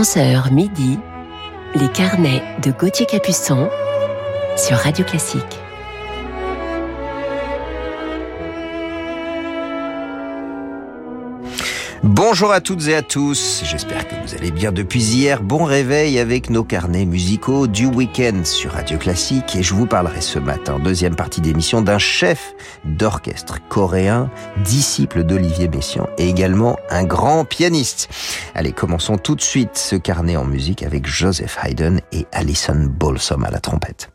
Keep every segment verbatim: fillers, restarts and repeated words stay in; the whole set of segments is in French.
onze heures midi, les carnets de Gauthier Capuçon sur Radio Classique. Bonjour à toutes et à tous, j'espère que vous allez bien depuis hier. Bon réveil avec nos carnets musicaux du week-end sur Radio Classique. Et je vous parlerai ce matin, deuxième partie d'émission, d'un chef d'orchestre coréen, disciple d'Olivier Messiaen et également un grand pianiste. Allez, commençons tout de suite ce carnet en musique avec Joseph Haydn et Alison Balsom à la trompette.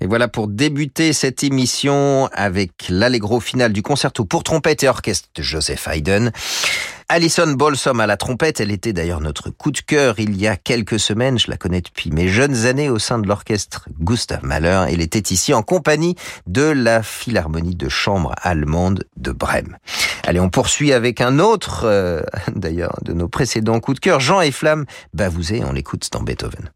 voilà pour débuter cette émission avec l'allegro final du concerto pour trompette et orchestre de Joseph Haydn. Alison Balsom à la trompette, elle était d'ailleurs notre coup de cœur il y a quelques semaines. Je la connais depuis mes jeunes années au sein de l'orchestre Gustav Mahler. Elle était ici en compagnie de la Philharmonie de chambre allemande de Brême. Allez, on poursuit avec un autre, euh, d'ailleurs, de nos précédents coups de cœur, Jean et Flamme Bavouzet. On l'écoute dans Beethoven.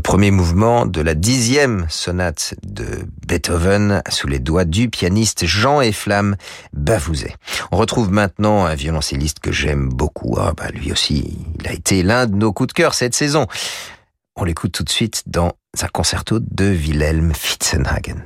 premier mouvement de la dixième sonate de Beethoven sous les doigts du pianiste Jean Eflamme Bavouzet. On retrouve maintenant un violoncelliste que j'aime beaucoup. Ah bah lui aussi, il a été l'un de nos coups de cœur cette saison. On l'écoute tout de suite dans un concerto de Wilhelm Fitzenhagen.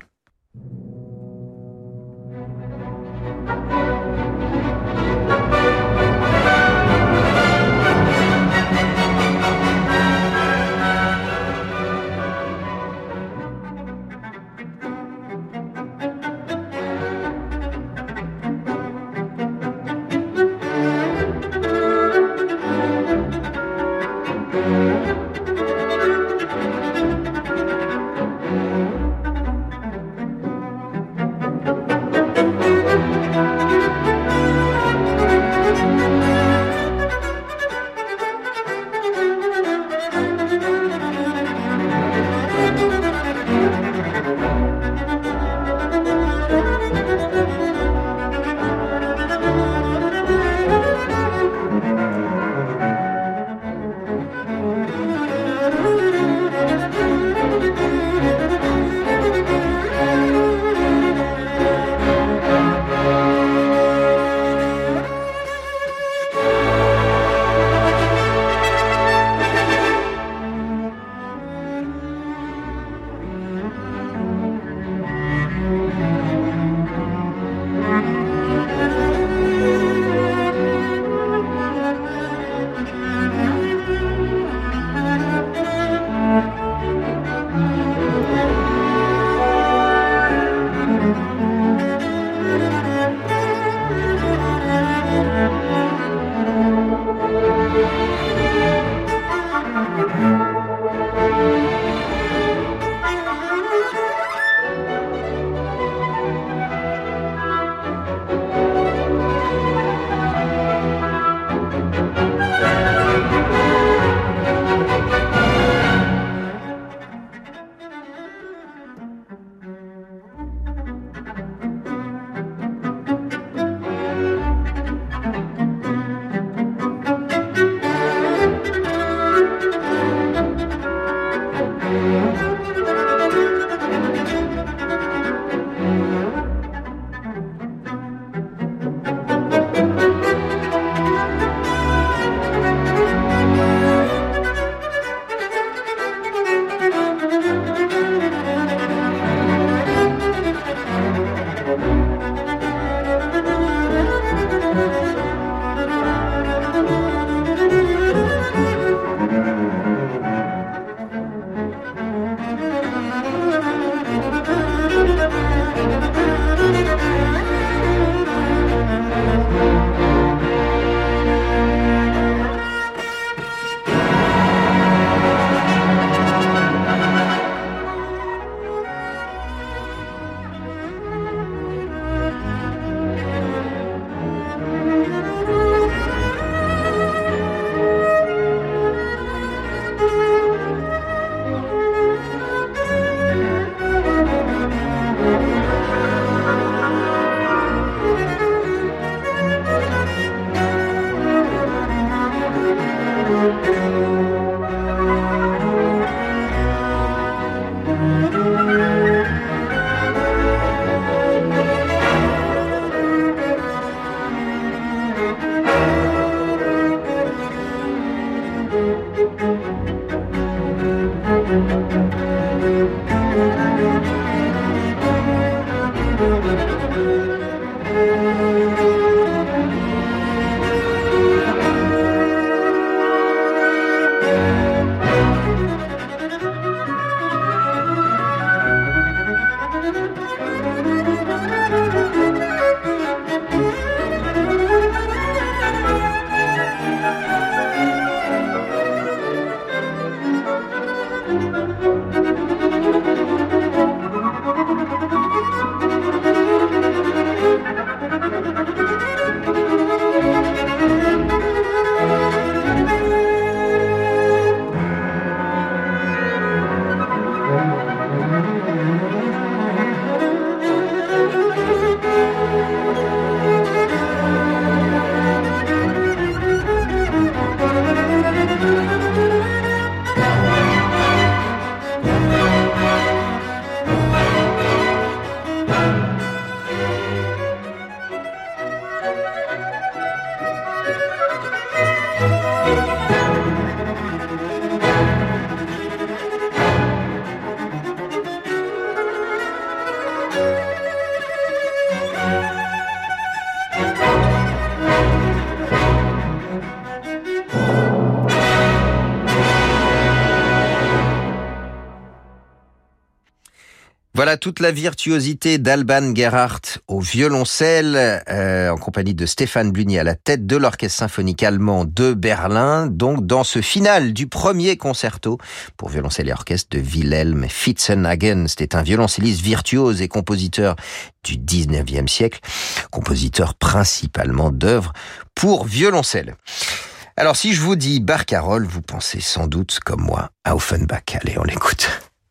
Voilà toute la virtuosité d'Alban Gerhardt au violoncelle, euh, en compagnie de Stéphane Blunier à la tête de l'Orchestre symphonique allemand de Berlin, donc dans ce final du premier concerto pour violoncelle et orchestre de Wilhelm Fitzenhagen. C'était un violoncelliste virtuose et compositeur du dix-neuvième siècle, compositeur principalement d'œuvres pour violoncelle. Alors si je vous dis barcarolle, vous pensez sans doute, comme moi, à Offenbach. Allez, on l'écoute.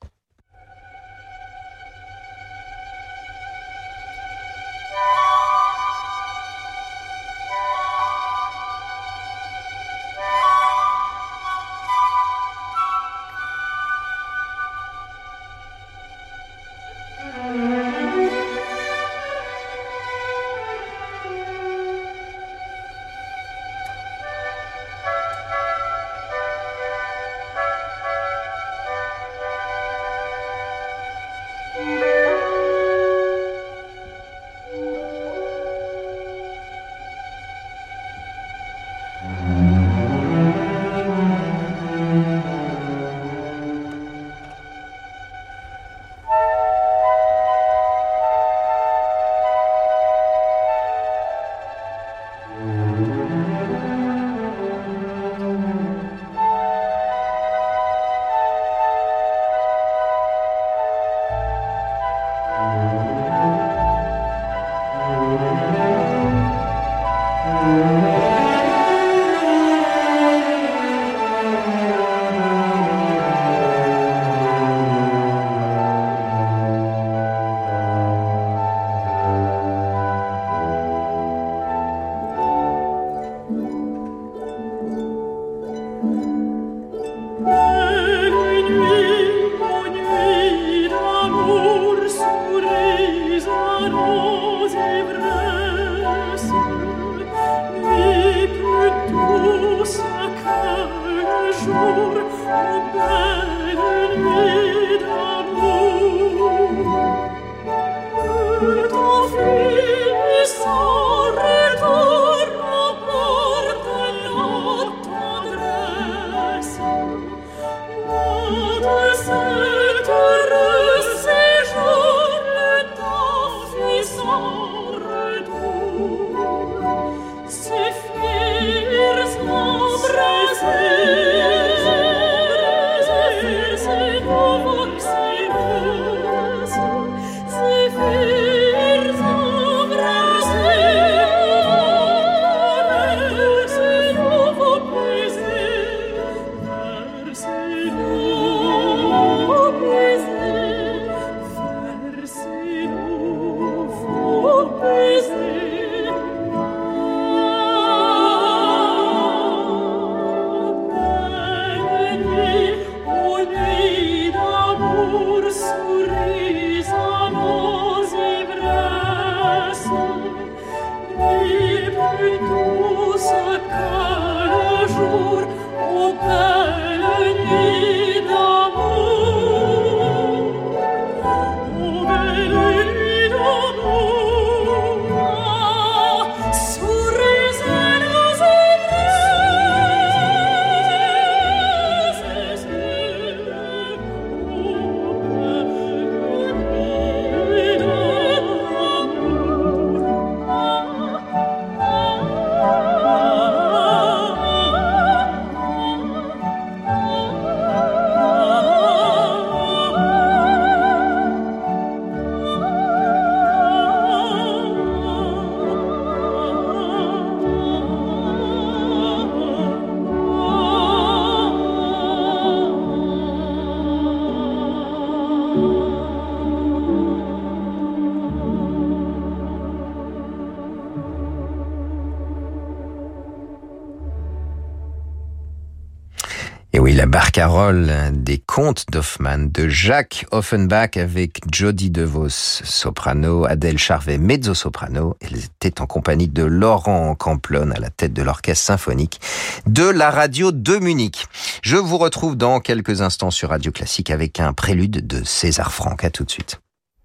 Et oui, la barcarolle des contes d'Hoffmann de Jacques Offenbach avec Jody DeVos, soprano, Adèle Charvet, mezzo-soprano. Elles étaient en compagnie de Laurent Camplon à la tête de l'orchestre symphonique de la radio de Munich. Je vous retrouve dans quelques instants sur Radio Classique avec un prélude de César Franck. À tout de suite.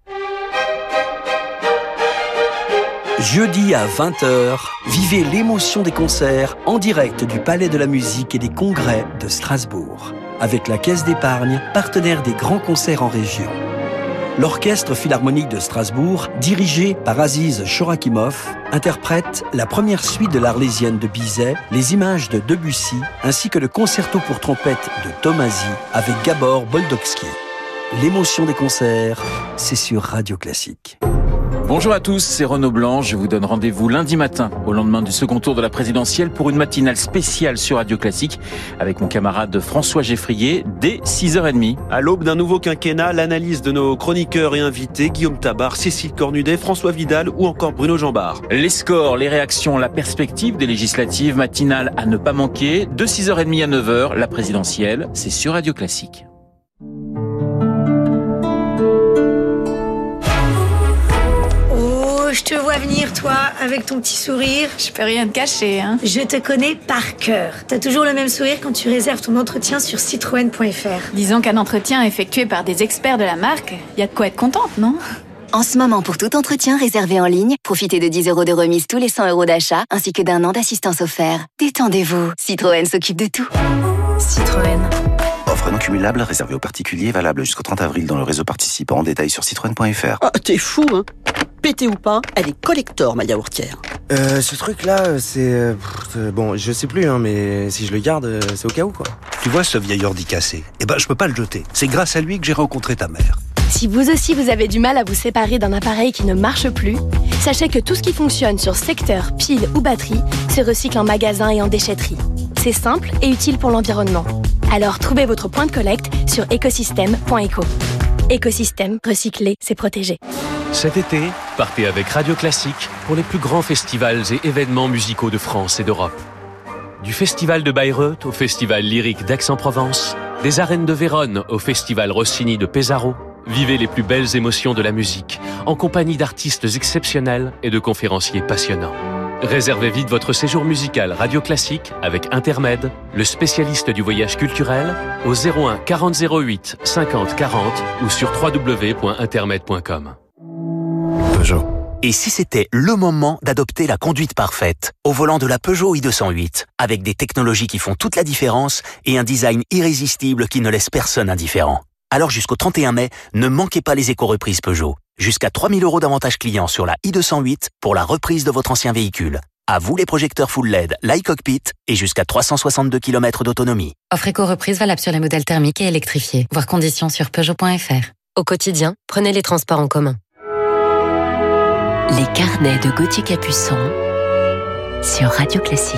Jeudi à vingt heures, vivez l'émotion des concerts en direct du Palais de la Musique et des Congrès de Strasbourg. Avec la Caisse d'épargne, partenaire des grands concerts en région. l'Orchestre Philharmonique de Strasbourg, dirigé par Aziz Chorakimov, interprète la première suite de l'Arlésienne de Bizet, les images de Debussy, ainsi que le concerto pour trompette de Tomasi avec Gabor Boldowski. L'émotion des concerts, c'est sur Radio Classique. Bonjour à tous, c'est Renaud Blanc. Je vous donne rendez-vous lundi matin, au lendemain du second tour de la présidentielle, pour une matinale spéciale sur Radio Classique, avec mon camarade François Geffrier, dès six heures trente. À l'aube d'un nouveau quinquennat, l'analyse de nos chroniqueurs et invités, Guillaume Tabar, Cécile Cornudet, François Vidal ou encore Bruno Jambard. Les scores, les réactions, la perspective des législatives, matinale à ne pas manquer, de six heures trente à neuf heures, la présidentielle, c'est sur Radio Classique. Je te vois venir, toi, avec ton petit sourire. Je peux rien te cacher, hein. Je te connais par cœur. T'as toujours le même sourire quand tu réserves ton entretien sur citroën point f r. Disons qu'un entretien effectué par des experts de la marque, y a de quoi être contente, non? En ce moment, pour tout entretien réservé en ligne, profitez de dix euros de remise tous les cent euros d'achat, ainsi que d'un an d'assistance offert. Détendez-vous, Citroën s'occupe de tout. Citroën. Offre non cumulable, réservée aux particuliers, valable jusqu'au trente avril dans le réseau participant. En détail sur citroën point f r. Ah, t'es fou, hein? Pété ou pas, elle est collector, ma yaourtière. Euh, ce truc-là, c'est... Euh, bon, je sais plus, hein, mais si je le garde, c'est au cas où, quoi. Tu vois ce vieil ordi cassé? Eh ben, je peux pas le jeter. C'est grâce à lui que j'ai rencontré ta mère. Si vous aussi vous avez du mal à vous séparer d'un appareil qui ne marche plus, sachez que tout ce qui fonctionne sur secteur, pile ou batterie se recycle en magasin et en déchetterie. C'est simple et utile pour l'environnement. Alors trouvez votre point de collecte sur écosystème point éco. Écosystème, recycler, c'est protéger. Cet été, partez avec Radio Classique pour les plus grands festivals et événements musicaux de France et d'Europe. Du Festival de Bayreuth au Festival lyrique d'Aix-en-Provence, des arènes de Vérone au Festival Rossini de Pesaro, vivez les plus belles émotions de la musique en compagnie d'artistes exceptionnels et de conférenciers passionnants. Réservez vite votre séjour musical Radio Classique avec Intermed, le spécialiste du voyage culturel, au zéro un quarante zéro huit cinquante quarante ou sur w w w point intermed point com. Peugeot. Et si c'était le moment d'adopter la conduite parfaite au volant de la Peugeot i deux cent huit, avec des technologies qui font toute la différence et un design irrésistible qui ne laisse personne indifférent. Alors jusqu'au trente et un mai, ne manquez pas les éco-reprises Peugeot. Jusqu'à trois mille euros d'avantage client sur la i deux cent huit pour la reprise de votre ancien véhicule. À vous les projecteurs full L E D, l'iCockpit et jusqu'à trois cent soixante-deux kilomètres d'autonomie. Offre éco-reprise valable sur les modèles thermiques et électrifiés. Voir conditions sur peugeot point f r. Au quotidien, prenez les transports en commun. Les carnets de Gauthier Capuçon sur Radio Classique.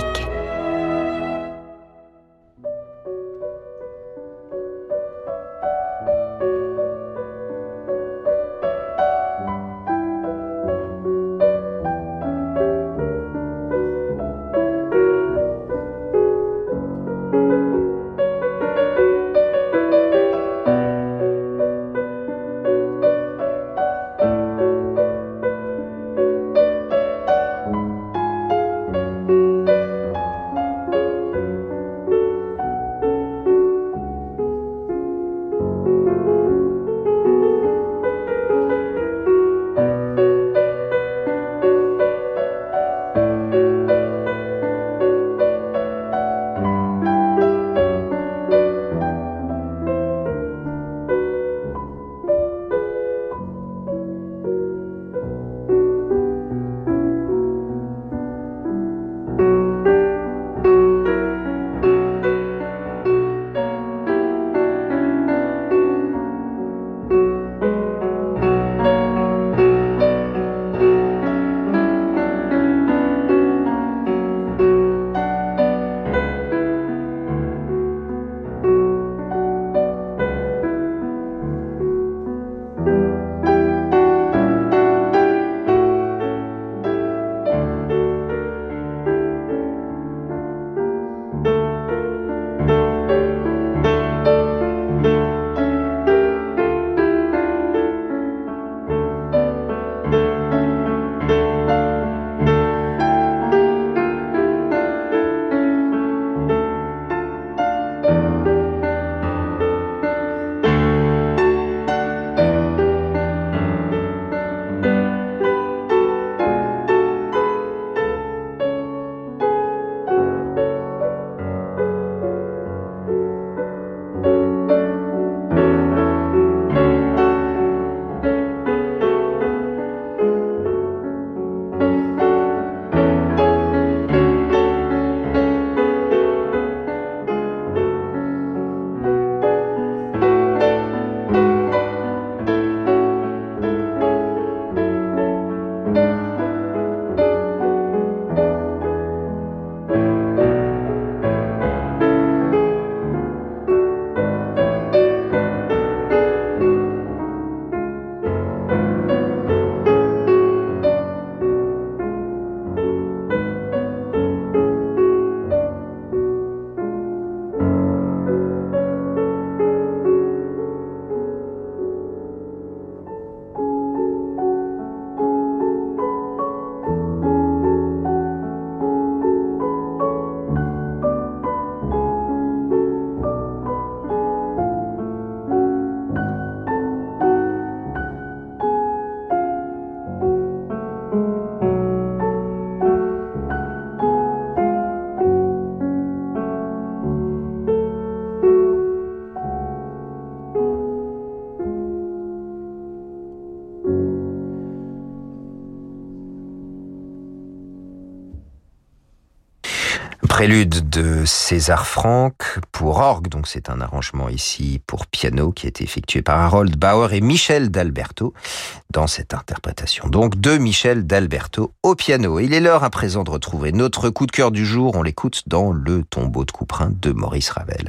Prélude de César Franck pour orgue, donc c'est un arrangement ici pour piano qui a été effectué par Harold Bauer et Michel d'Alberto dans cette interprétation. Donc de Michel d'Alberto au piano. Il est l'heure à présent de retrouver notre coup de cœur du jour. On l'écoute dans Le tombeau de Couperin de Maurice Ravel.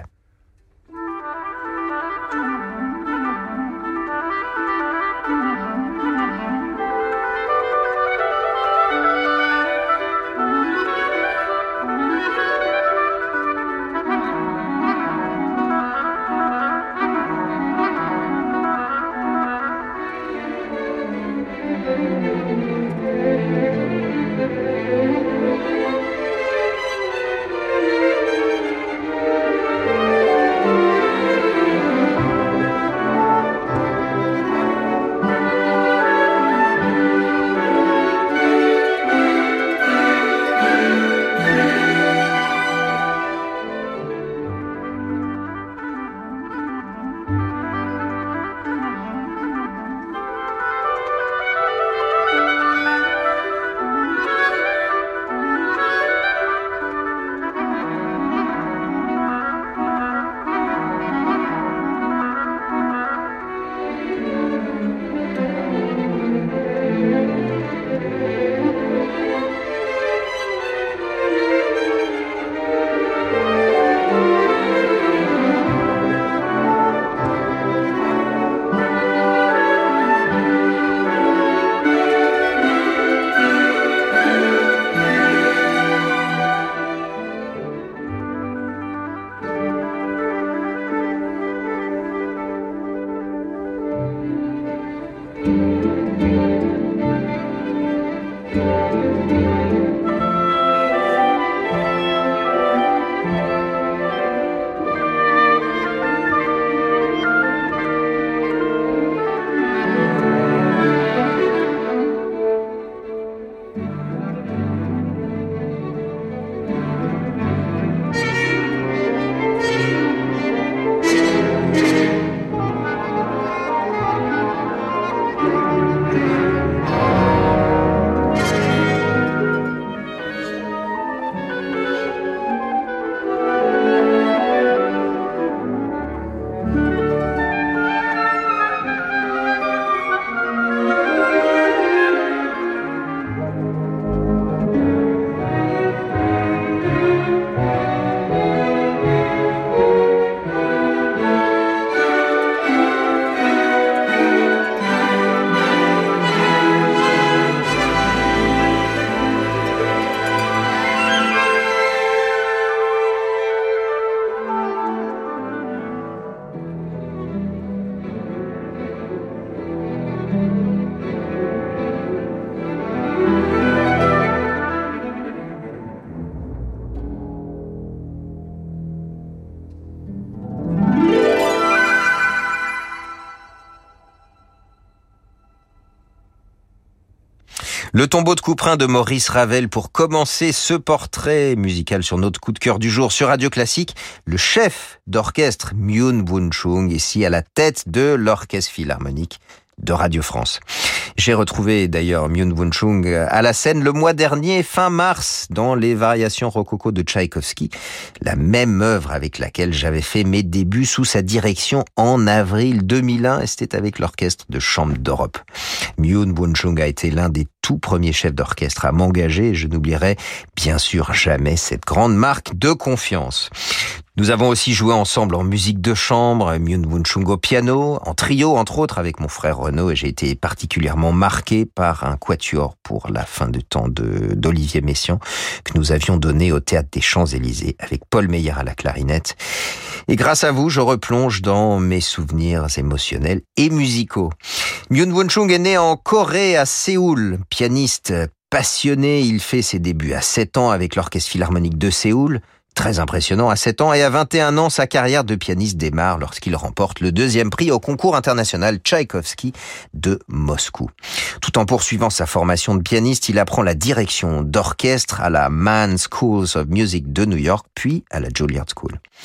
Le tombeau de Couperin de Maurice Ravel pour commencer ce portrait musical sur notre coup de cœur du jour sur Radio Classique. Le chef d'orchestre Myung Whun Chung, ici à la tête de l'Orchestre Philharmonique de Radio France. J'ai retrouvé d'ailleurs Myung Whun Chung à la scène le mois dernier, fin mars, dans les variations rococo de Tchaïkovski, la même œuvre avec laquelle j'avais fait mes débuts sous sa direction en avril deux mille un, et c'était avec l'Orchestre de Chambre d'Europe. Myung Whun Chung a été l'un des tout premiers chefs d'orchestre à m'engager, et je n'oublierai bien sûr jamais cette grande marque de confiance. Nous avons aussi joué ensemble en musique de chambre, Myung Whun Chung au piano, en trio entre autres avec mon frère Renaud, et j'ai été particulièrement marqué par un quatuor pour la fin de temps de, d'Olivier Messiaen que nous avions donné au Théâtre des Champs-Élysées avec Paul Meyer à la clarinette. Et grâce à vous, je replonge dans mes souvenirs émotionnels et musicaux. Myung Whun Chung est né en Corée, à Séoul, pianiste passionné, il fait ses débuts à sept ans avec l'Orchestre Philharmonique de Séoul. Très impressionnant à sept ans, et à vingt et un ans, sa carrière de pianiste démarre lorsqu'il remporte le deuxième prix au concours international Tchaïkovski de Moscou. Tout en poursuivant sa formation de pianiste, il apprend la direction d'orchestre à la Mann Schools of Music de New York, puis à la Juilliard School.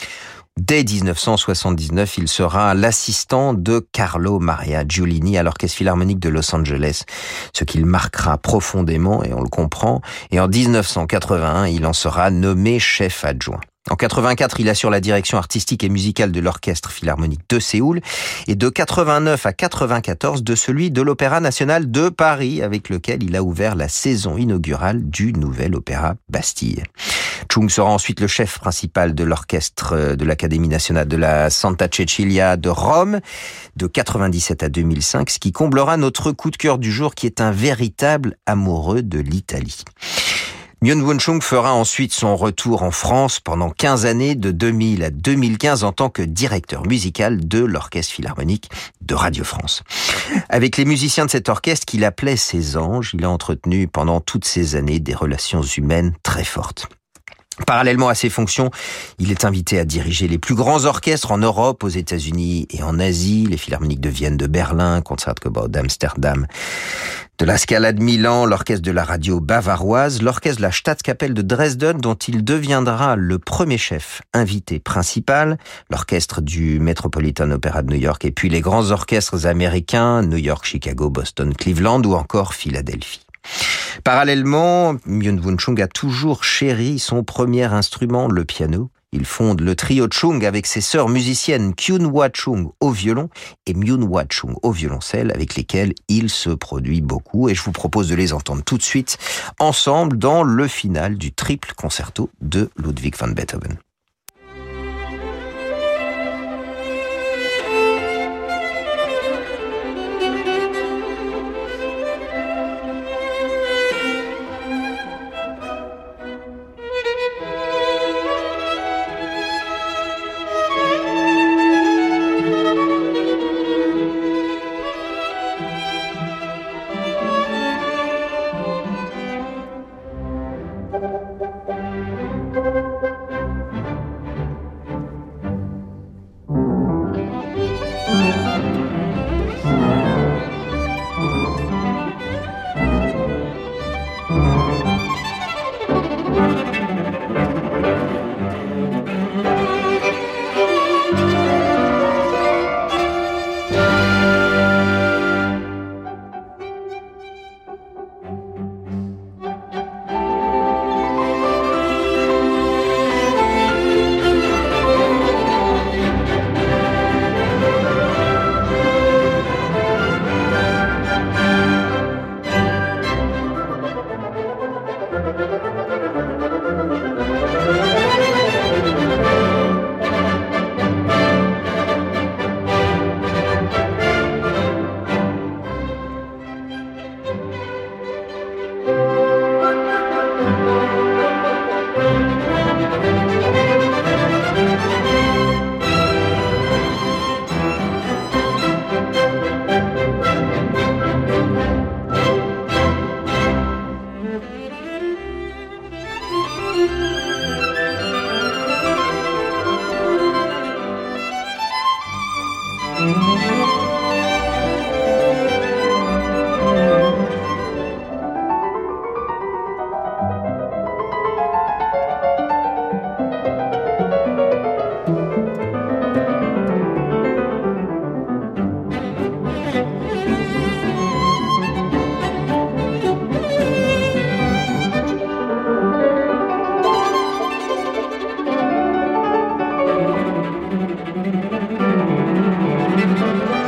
Dès dix-neuf cent soixante-dix-neuf, il sera l'assistant de Carlo Maria Giulini à l'Orchestre Philharmonique de Los Angeles, ce qu'il marquera profondément, et on le comprend. Et en dix-neuf cent quatre-vingt-un, il en sera nommé chef adjoint. En quatre-vingt-quatre, il assure la direction artistique et musicale de l'Orchestre Philharmonique de Séoul et de quatre-vingt-neuf à quatre-vingt-quatorze de celui de l'Opéra National de Paris, avec lequel il a ouvert la saison inaugurale du Nouvel Opéra Bastille. Chung sera ensuite le chef principal de l'orchestre de l'Académie nationale de la Santa Cecilia de Rome de quatre-vingt-dix-sept à deux mille cinq, ce qui comblera notre coup de cœur du jour qui est un véritable amoureux de l'Italie. Myung-Whun Chung fera ensuite son retour en France pendant quinze années, de deux mille à deux mille quinze, en tant que directeur musical de l'Orchestre Philharmonique de Radio France. Avec les musiciens de cet orchestre qu'il appelait ses anges, il a entretenu pendant toutes ces années des relations humaines très fortes. Parallèlement à ses fonctions, il est invité à diriger les plus grands orchestres en Europe, aux États-Unis et en Asie, les Philharmoniques de Vienne, de Berlin, Concertgebouw d'Amsterdam, de la Scala de Milan, l'orchestre de la radio bavaroise, l'orchestre de la Staatskapelle de Dresden, dont il deviendra le premier chef invité principal, l'orchestre du Metropolitan Opera de New York, et puis les grands orchestres américains, New York, Chicago, Boston, Cleveland ou encore Philadelphie. Parallèlement, Myung-Whun Chung a toujours chéri son premier instrument, le piano. Il fonde le trio Chung avec ses sœurs musiciennes Kyun-Hwa Chung au violon et Myun-Hwa Chung au violoncelle, avec lesquelles il se produit beaucoup. Et je vous propose de les entendre tout de suite ensemble dans le final du triple concerto de Ludwig van Beethoven. Thank you.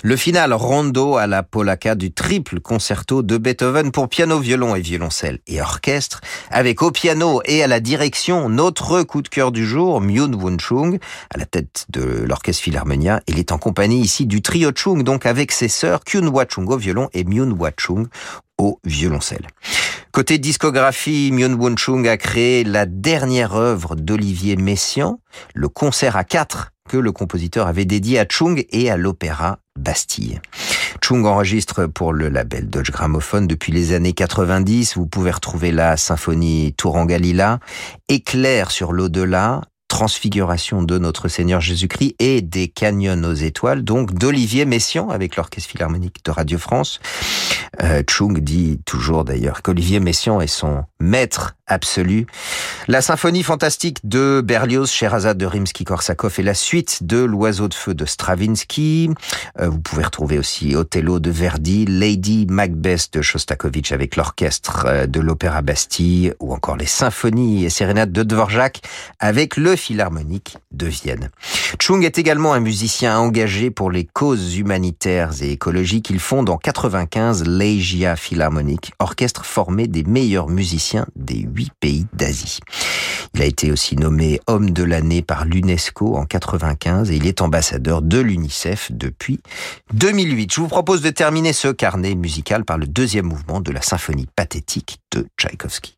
Le final rondo à la polacca du triple concerto de Beethoven pour piano, violon et violoncelle et orchestre, avec au piano et à la direction notre coup de cœur du jour, Myung-Whun Chung, à la tête de l'orchestre Philharmonia. Il est en compagnie ici du trio Chung, donc avec ses sœurs Kyun-Hwa Chung au violon et Myung-Hwa Chung au violoncelle. Côté discographie, Myung-Whun Chung a créé la dernière œuvre d'Olivier Messiaen, le concert à quatre que le compositeur avait dédié à Chung et à l'opéra Bastille. Chung enregistre pour le label Deutsche Grammophon depuis les années quatre-vingt-dix. Vous pouvez retrouver la symphonie Turanga Lila, Éclair sur l'au-delà, Transfiguration de Notre Seigneur Jésus-Christ et des Canyons aux étoiles, donc d'Olivier Messiaen avec l'Orchestre Philharmonique de Radio France. Euh, Chung dit toujours d'ailleurs qu'Olivier Messiaen est son maître absolu. La symphonie fantastique de Berlioz, Sherazade de Rimsky-Korsakov et la suite de L'Oiseau de feu de Stravinsky. Euh, vous pouvez retrouver aussi Othello de Verdi, Lady Macbeth de Shostakovich avec l'orchestre de l'Opéra Bastille ou encore les symphonies et sérénades de Dvorak avec le Philharmonique de Vienne. Chung est également un musicien engagé pour les causes humanitaires et écologiques. Il fonde en quatre-vingt-quinze l'Asia Philharmonic, orchestre formé des meilleurs musiciens des huit pays d'Asie. Il a été aussi nommé homme de l'année par l'UNESCO en quatre-vingt-quinze et il est ambassadeur de l'UNICEF depuis deux mille huit. Je vous propose de terminer ce carnet musical par le deuxième mouvement de la symphonie pathétique de Tchaïkovski.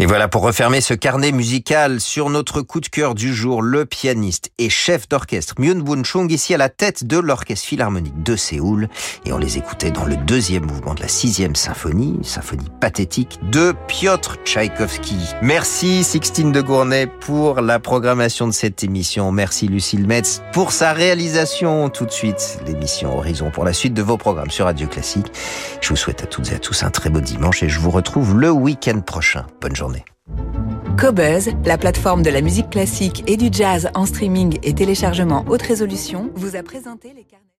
Et voilà pour refermer ce carnet musical sur notre coup de cœur du jour, le pianiste et chef d'orchestre Myung Boon Chung, ici à la tête de l'Orchestre Philharmonique de Séoul. Et on les écoutait dans le deuxième mouvement de la sixième symphonie, symphonie pathétique de Piotr Tchaïkovski. Merci Sixtine de Gournay pour la programmation de cette émission. Merci Lucille Metz pour sa réalisation. Tout de suite, l'émission Horizon pour la suite de vos programmes sur Radio Classique. Je vous souhaite à toutes et à tous un très beau dimanche et je vous retrouve le week-end prochain. Bonne journée. Qobuz, la plateforme de la musique classique et du jazz en streaming et téléchargement haute résolution, vous a présenté les carnets.